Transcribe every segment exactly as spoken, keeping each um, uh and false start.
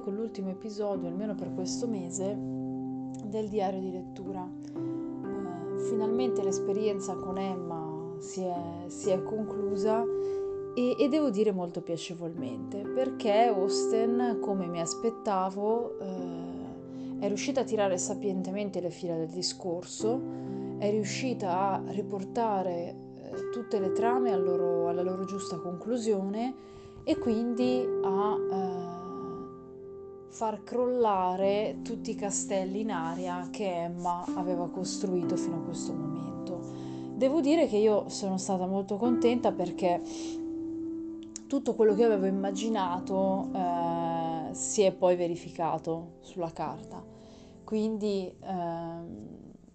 con l'ultimo episodio, almeno per questo mese, del diario di lettura. Eh, finalmente l'esperienza con Emma si è, si è conclusa e, e devo dire molto piacevolmente, perché Austen, come mi aspettavo, eh, è riuscita a tirare sapientemente le fila del discorso, è riuscita a riportare eh, tutte le trame al loro, alla loro giusta conclusione e quindi a eh, far crollare tutti i castelli in aria che Emma aveva costruito fino a questo momento. Devo dire che io sono stata molto contenta perché tutto quello che avevo immaginato eh, si è poi verificato sulla carta. Quindi ehm,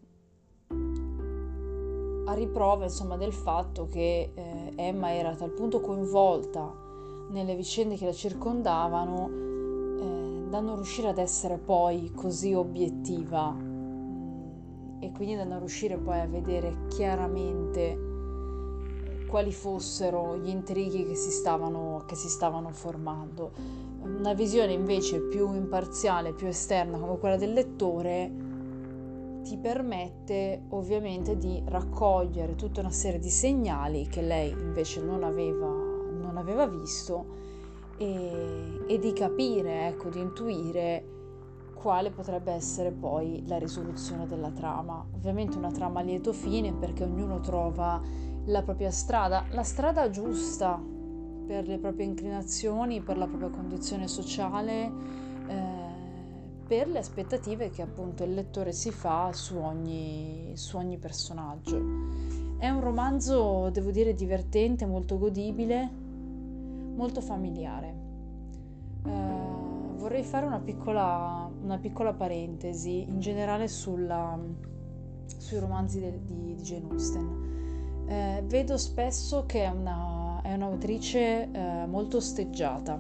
a riprova, insomma, del fatto che eh, Emma era a tal punto coinvolta nelle vicende che la circondavano eh, da non riuscire ad essere poi così obiettiva mh, e quindi da non riuscire poi a vedere chiaramente quali fossero gli intrighi che si stavano, che si stavano formando. Una visione invece più imparziale, più esterna come quella del lettore ti permette ovviamente di raccogliere tutta una serie di segnali che lei invece non aveva, non aveva visto e, e di capire, ecco, di intuire quale potrebbe essere poi la risoluzione della trama. Ovviamente una trama a lieto fine perché ognuno trova la propria strada, la strada giusta per le proprie inclinazioni, per la propria condizione sociale, eh, per le aspettative che appunto il lettore si fa su ogni, su ogni personaggio. È un romanzo, devo dire, divertente, molto godibile, molto familiare. Eh, vorrei fare una piccola, una piccola parentesi in generale sulla, sui romanzi de, di, di Jane Austen. Eh, vedo spesso che è, una, è un'autrice eh, molto osteggiata.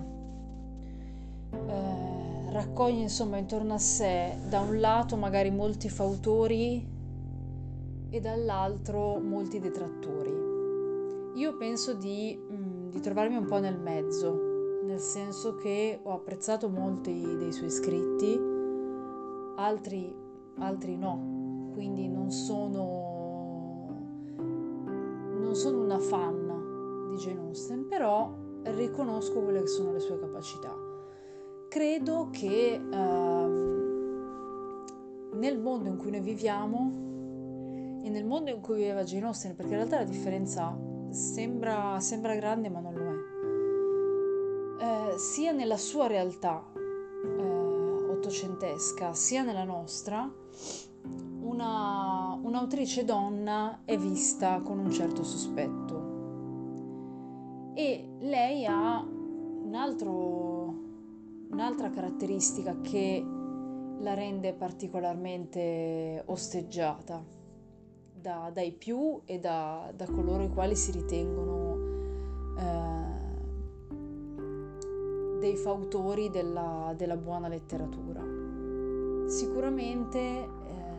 Eh, raccoglie insomma intorno a sé da un lato magari molti fautori e dall'altro molti detrattori. Io penso di, mh, di trovarmi un po' nel mezzo, nel senso che ho apprezzato molti dei suoi scritti, altri, altri no, quindi non sono, non sono una fan di Jane Austen, però riconosco quelle che sono le sue capacità. Credo che ehm, nel mondo in cui noi viviamo e nel mondo in cui viveva Jane Austen, perché in realtà la differenza sembra, sembra grande ma non lo è, eh, sia nella sua realtà eh, ottocentesca sia nella nostra, una, un'autrice donna è vista con un certo sospetto e lei ha un altro, un'altra caratteristica che la rende particolarmente osteggiata da, dai più e da, da coloro i quali si ritengono eh, dei fautori della, della buona letteratura. Sicuramente eh,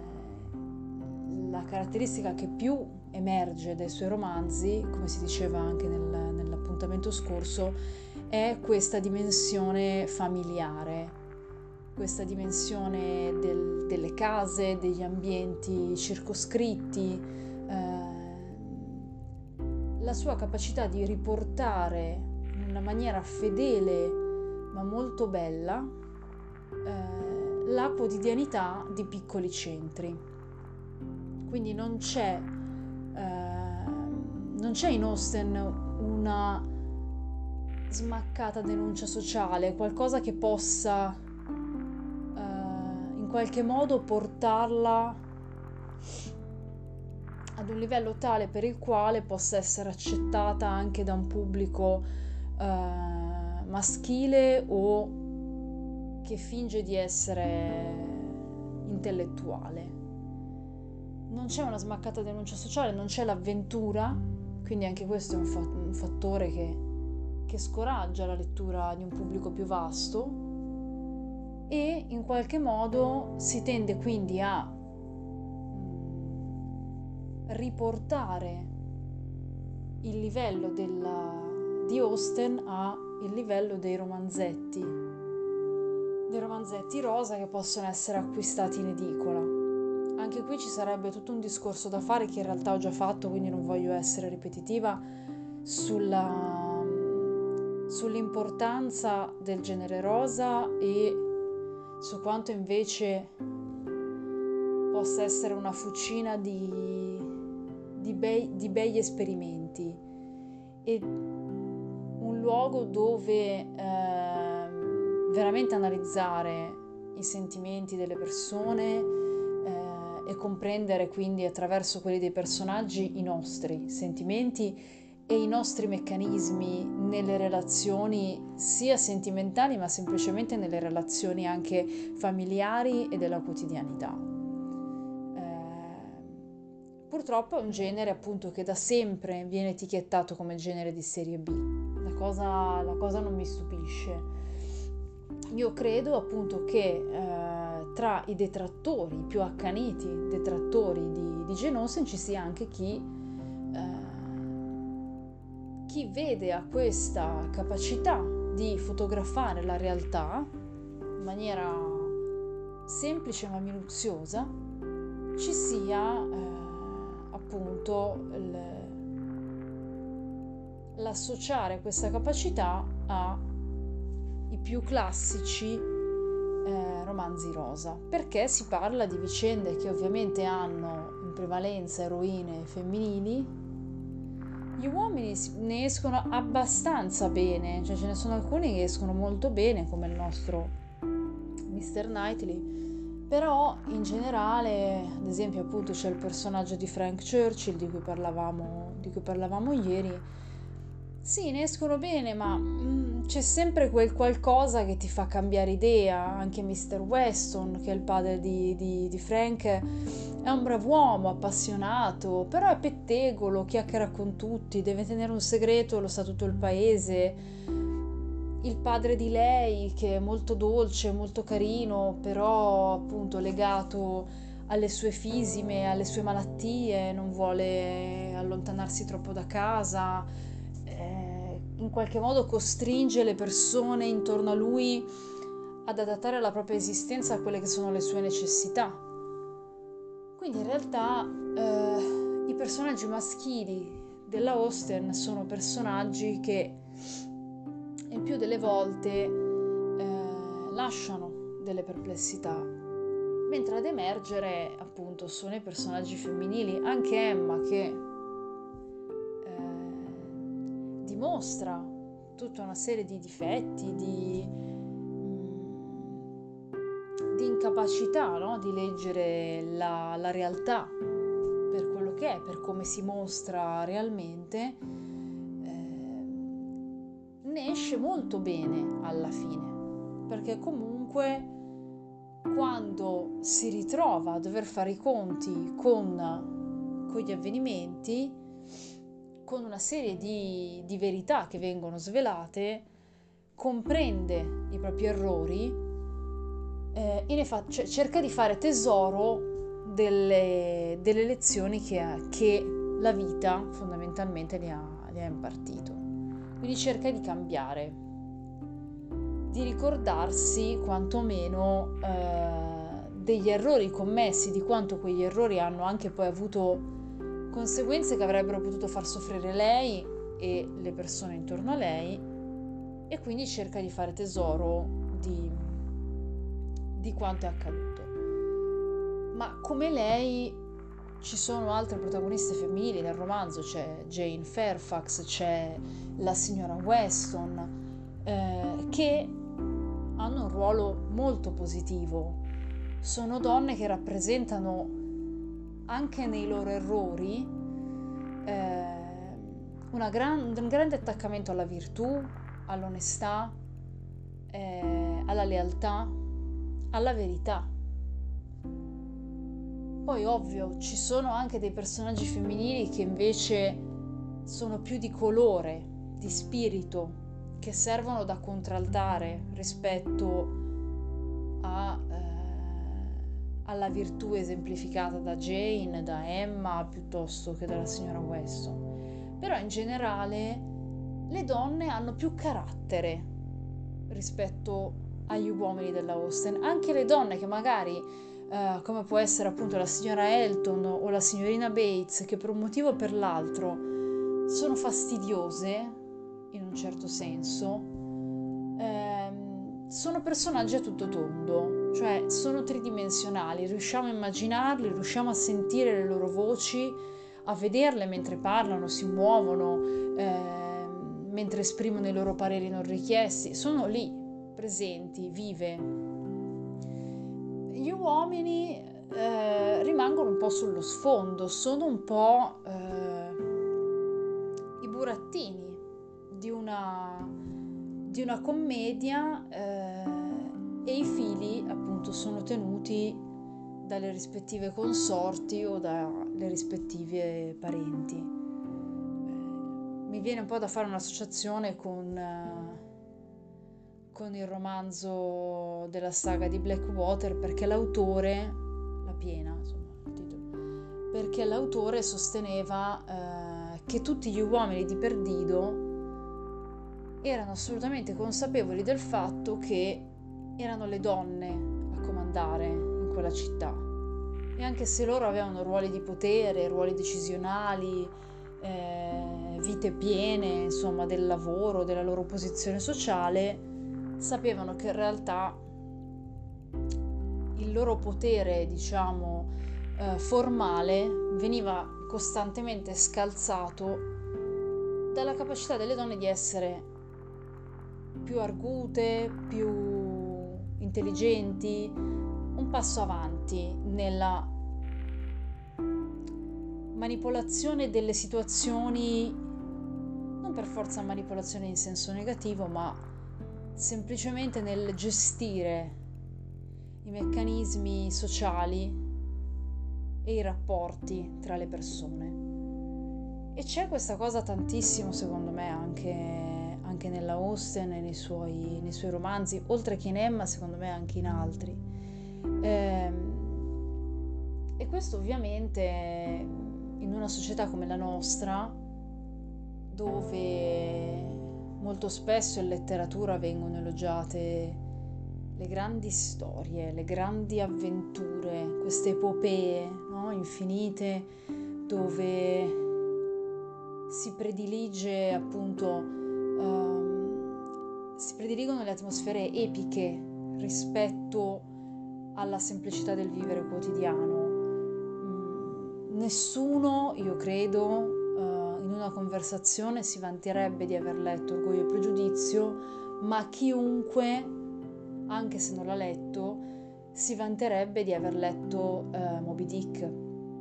la caratteristica che più emerge dai suoi romanzi, come si diceva anche nel, nell'appuntamento scorso, è questa dimensione familiare, questa dimensione del, delle case, degli ambienti circoscritti, eh, la sua capacità di riportare in una maniera fedele ma molto bella eh, la quotidianità di piccoli centri. Quindi non c'è, eh, non c'è in Austen una smaccata denuncia sociale, qualcosa che possa in qualche modo portarla ad un livello tale per il quale possa essere accettata anche da un pubblico eh, maschile o che finge di essere intellettuale. Non c'è una smaccata denuncia sociale, non c'è l'avventura, quindi anche questo è un, fa- un fattore che, che scoraggia la lettura di un pubblico più vasto. E in qualche modo si tende quindi a riportare il livello della, di Austen a il livello dei romanzetti dei romanzetti rosa che possono essere acquistati in edicola. Anche qui ci sarebbe tutto un discorso da fare che in realtà ho già fatto, quindi non voglio essere ripetitiva, sulla, sull'importanza del genere rosa e su quanto invece possa essere una fucina di, di, bei, di begli esperimenti e un luogo dove eh, veramente analizzare i sentimenti delle persone eh, e comprendere quindi attraverso quelli dei personaggi i nostri sentimenti e i nostri meccanismi nelle relazioni sia sentimentali ma semplicemente nelle relazioni anche familiari e della quotidianità. Eh, purtroppo è un genere appunto che da sempre viene etichettato come genere di serie B. La cosa, la cosa non mi stupisce. Io credo appunto che eh, tra i detrattori, i più accaniti detrattori di, di Jane Austen ci sia anche chi, eh, chi vede a questa capacità di fotografare la realtà in maniera semplice ma minuziosa, ci sia eh, appunto il, l'associare questa capacità a i più classici eh, romanzi rosa, perché si parla di vicende che ovviamente hanno in prevalenza eroine femminili. Gli uomini ne escono abbastanza bene, cioè ce ne sono alcuni che escono molto bene, come il nostro mister Knightley, però in generale, ad esempio appunto c'è il personaggio di Frank Churchill di cui parlavamo, di cui parlavamo ieri. Sì, ne escono bene, ma mm, c'è sempre quel qualcosa che ti fa cambiare idea. Anche mister Weston, che è il padre di, di, di Frank, è un brav'uomo, appassionato, però è pettegolo, chiacchiera con tutti, deve tenere un segreto, lo sa tutto il paese. Il padre di lei, che è molto dolce, molto carino, però appunto legato alle sue fisime, alle sue malattie, non vuole allontanarsi troppo da casa. In qualche modo costringe le persone intorno a lui ad adattare la propria esistenza a quelle che sono le sue necessità. Quindi in realtà eh, i personaggi maschili della Austen sono personaggi che il più delle volte eh, lasciano delle perplessità, mentre ad emergere appunto sono i personaggi femminili, anche Emma che dimostra tutta una serie di difetti, di, di incapacità, no? Di leggere la, la realtà per quello che è, per come si mostra realmente, eh, ne esce molto bene alla fine, perché comunque quando si ritrova a dover fare i conti con, con gli avvenimenti, con una serie di, di verità che vengono svelate, comprende i propri errori eh, e ne fa, cioè, cerca di fare tesoro delle, delle lezioni che, che la vita fondamentalmente le ha, le ha impartito. Quindi cerca di cambiare, di ricordarsi quantomeno eh, degli errori commessi, di quanto quegli errori hanno anche poi avuto conseguenze che avrebbero potuto far soffrire lei e le persone intorno a lei, e quindi cerca di fare tesoro di, di quanto è accaduto. Ma come lei ci sono altre protagoniste femminili nel romanzo, c'è Jane Fairfax, c'è la signora Weston, eh, che hanno un ruolo molto positivo. Sono donne che rappresentano anche nei loro errori eh, una gran, un grande attaccamento alla virtù, all'onestà, eh, alla lealtà, alla verità. Poi ovvio ci sono anche dei personaggi femminili che invece sono più di colore, di spirito, che servono da contraltare rispetto a alla virtù esemplificata da Jane, da Emma, piuttosto che dalla signora Weston. Però in generale le donne hanno più carattere rispetto agli uomini della Austen, anche le donne che magari, eh, come può essere appunto la signora Elton o la signorina Bates, che per un motivo o per l'altro sono fastidiose, in un certo senso, ehm, sono personaggi a tutto tondo, cioè sono tridimensionali, riusciamo a immaginarli, riusciamo a sentire le loro voci, a vederle mentre parlano, si muovono, ehm, mentre esprimono i loro pareri non richiesti, sono lì, presenti, vive. Gli uomini eh, rimangono un po' sullo sfondo, sono un po' eh, i burattini di una, di una commedia eh, e i fili appunto sono tenuti dalle rispettive consorti o dalle rispettive parenti. Eh, mi viene un po' da fare un'associazione con, eh, con il romanzo della saga di Blackwater, perché l'autore, la piena, insomma, il titolo, perché l'autore sosteneva eh, che tutti gli uomini di Perdido erano assolutamente consapevoli del fatto che erano le donne a comandare in quella città, e anche se loro avevano ruoli di potere, ruoli decisionali, eh, vite piene, insomma, del lavoro, della loro posizione sociale, sapevano che in realtà il loro potere, diciamo, eh, formale veniva costantemente scalzato dalla capacità delle donne di essere più argute, più intelligenti, un passo avanti nella manipolazione delle situazioni, non per forza manipolazione in senso negativo, ma semplicemente nel gestire i meccanismi sociali e i rapporti tra le persone. E c'è questa cosa tantissimo, secondo me, anche, anche nella Austen e nei suoi, nei suoi romanzi, oltre che in Emma, secondo me anche in altri. Ehm, e questo ovviamente in una società come la nostra, dove molto spesso in letteratura vengono elogiate le grandi storie, le grandi avventure, queste epopee, no? Infinite, dove si predilige appunto, um, si prediligono le atmosfere epiche rispetto alla semplicità del vivere quotidiano. Mm, nessuno, io credo, uh, in una conversazione si vanterebbe di aver letto Orgoglio e Pregiudizio, ma chiunque, anche se non l'ha letto, si vanterebbe di aver letto uh, Moby Dick,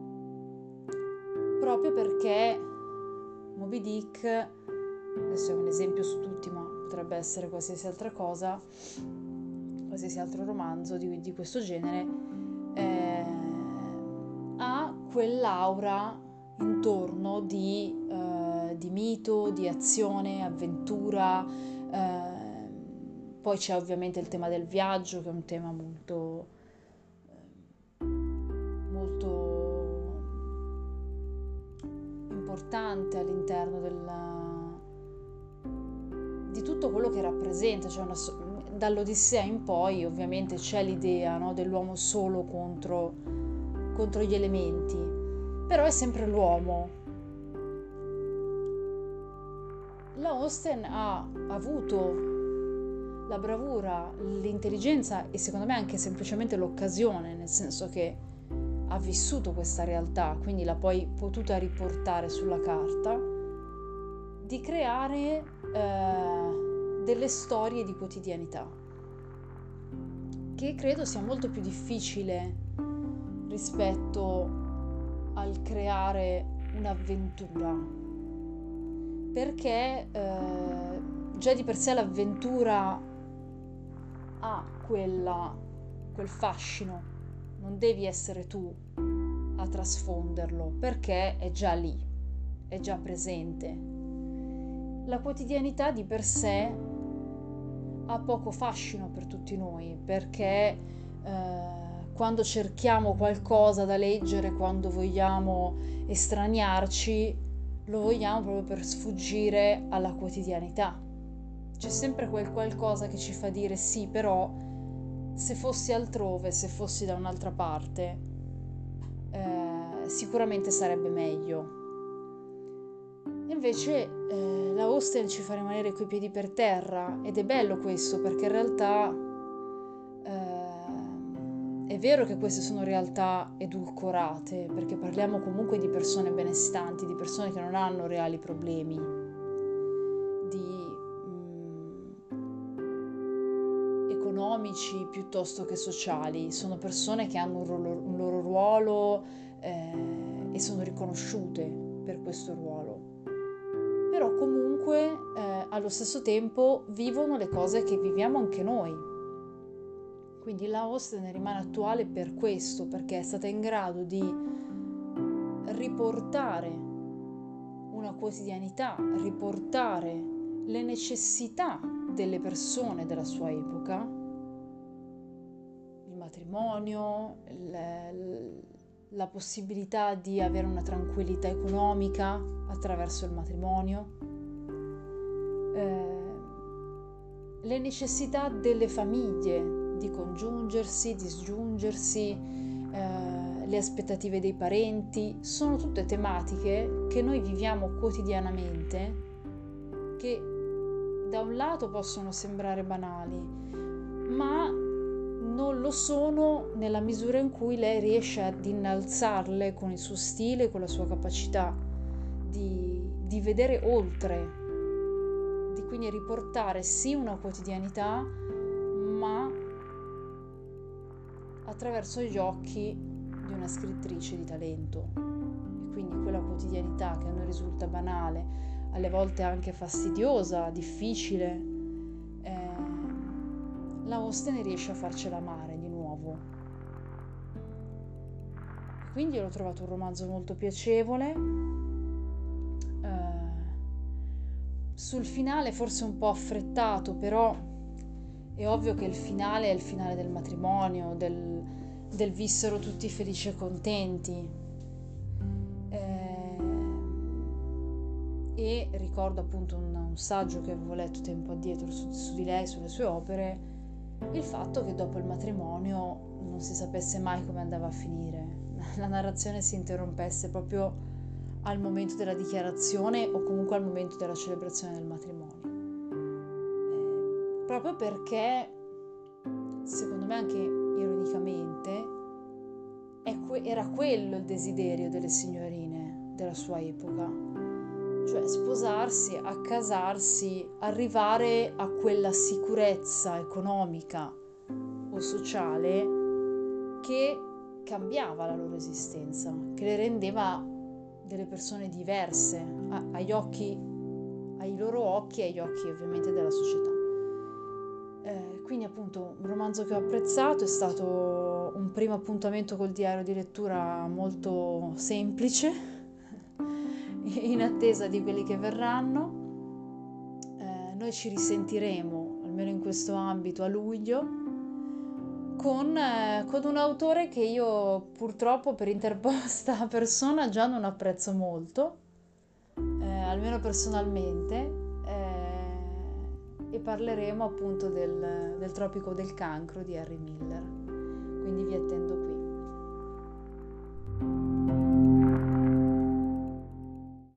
proprio perché Moby Dick, adesso è un esempio su tutti, ma potrebbe essere qualsiasi altra cosa, qualsiasi altro romanzo di, di questo genere, eh, ha quell'aura intorno di, eh, di mito, di azione, avventura. Eh, poi c'è ovviamente il tema del viaggio, che è un tema molto, molto importante all'interno della, di tutto quello che rappresenta, cioè una, dall'Odissea in poi ovviamente c'è l'idea, no, dell'uomo solo contro, contro gli elementi, però è sempre l'uomo. La Austen ha avuto la bravura, l'intelligenza e secondo me anche semplicemente l'occasione, nel senso che ha vissuto questa realtà, quindi l'ha poi potuta riportare sulla carta, di creare eh, delle storie di quotidianità, che credo sia molto più difficile rispetto al creare un'avventura, perché eh, già di per sé l'avventura ha quella, quel fascino. Non devi essere tu a trasfonderlo, perché è già lì, è già presente. La quotidianità di per sé ha poco fascino per tutti noi, perché eh, quando cerchiamo qualcosa da leggere, quando vogliamo estraniarci, lo vogliamo proprio per sfuggire alla quotidianità. c'è sempre quel qualcosa che ci fa dire sì, però se fossi altrove, se fossi da un'altra parte, eh, sicuramente sarebbe meglio. Invece eh, la hostel ci fa rimanere coi piedi per terra, ed è bello questo, perché in realtà eh, è vero che queste sono realtà edulcorate, perché parliamo comunque di persone benestanti, di persone che non hanno reali problemi, di mh, economici piuttosto che sociali. Sono persone che hanno un, ruolo, un loro ruolo eh, e sono riconosciute per questo ruolo. Però comunque eh, allo stesso tempo vivono le cose che viviamo anche noi. Quindi la hostel ne rimane attuale per questo, perché è stata in grado di riportare una quotidianità, riportare le necessità delle persone della sua epoca, il matrimonio, il, la possibilità di avere una tranquillità economica attraverso il matrimonio, eh, le necessità delle famiglie di congiungersi, di sgiungersi, eh, le aspettative dei parenti, sono tutte tematiche che noi viviamo quotidianamente, che da un lato possono sembrare banali, ma non lo sono nella misura in cui lei riesce ad innalzarle con il suo stile, con la sua capacità di, di vedere oltre, di quindi riportare sì una quotidianità, ma attraverso gli occhi di una scrittrice di talento. E quindi quella quotidianità che a noi risulta banale, alle volte anche fastidiosa, difficile, eh, la hostel riesce a farcela amare di nuovo. Quindi l'ho trovato un romanzo molto piacevole. Eh, sul finale forse un po' affrettato, però è ovvio che il finale è il finale del matrimonio, del, del vissero tutti felici e contenti. Eh, e ricordo appunto un, un saggio che avevo letto tempo addietro su, su di lei, sulle sue opere, il fatto che dopo il matrimonio non si sapesse mai come andava a finire, la narrazione si interrompesse proprio al momento della dichiarazione o comunque al momento della celebrazione del matrimonio, eh, proprio perché secondo me anche ironicamente è que- era quello il desiderio delle signorine della sua epoca, cioè sposarsi, accasarsi, arrivare a quella sicurezza economica o sociale che cambiava la loro esistenza, che le rendeva delle persone diverse a- agli occhi, ai loro occhi e agli occhi ovviamente della società. Eh, quindi appunto un romanzo che ho apprezzato, è stato un primo appuntamento col diario di lettura molto semplice, in attesa di quelli che verranno. Eh, noi ci risentiremo, almeno in questo ambito, a luglio, con, eh, con un autore che io purtroppo per interposta persona già non apprezzo molto, eh, almeno personalmente, eh, e parleremo appunto del, del Tropico del Cancro di Henry Miller. Quindi vi attendo qui.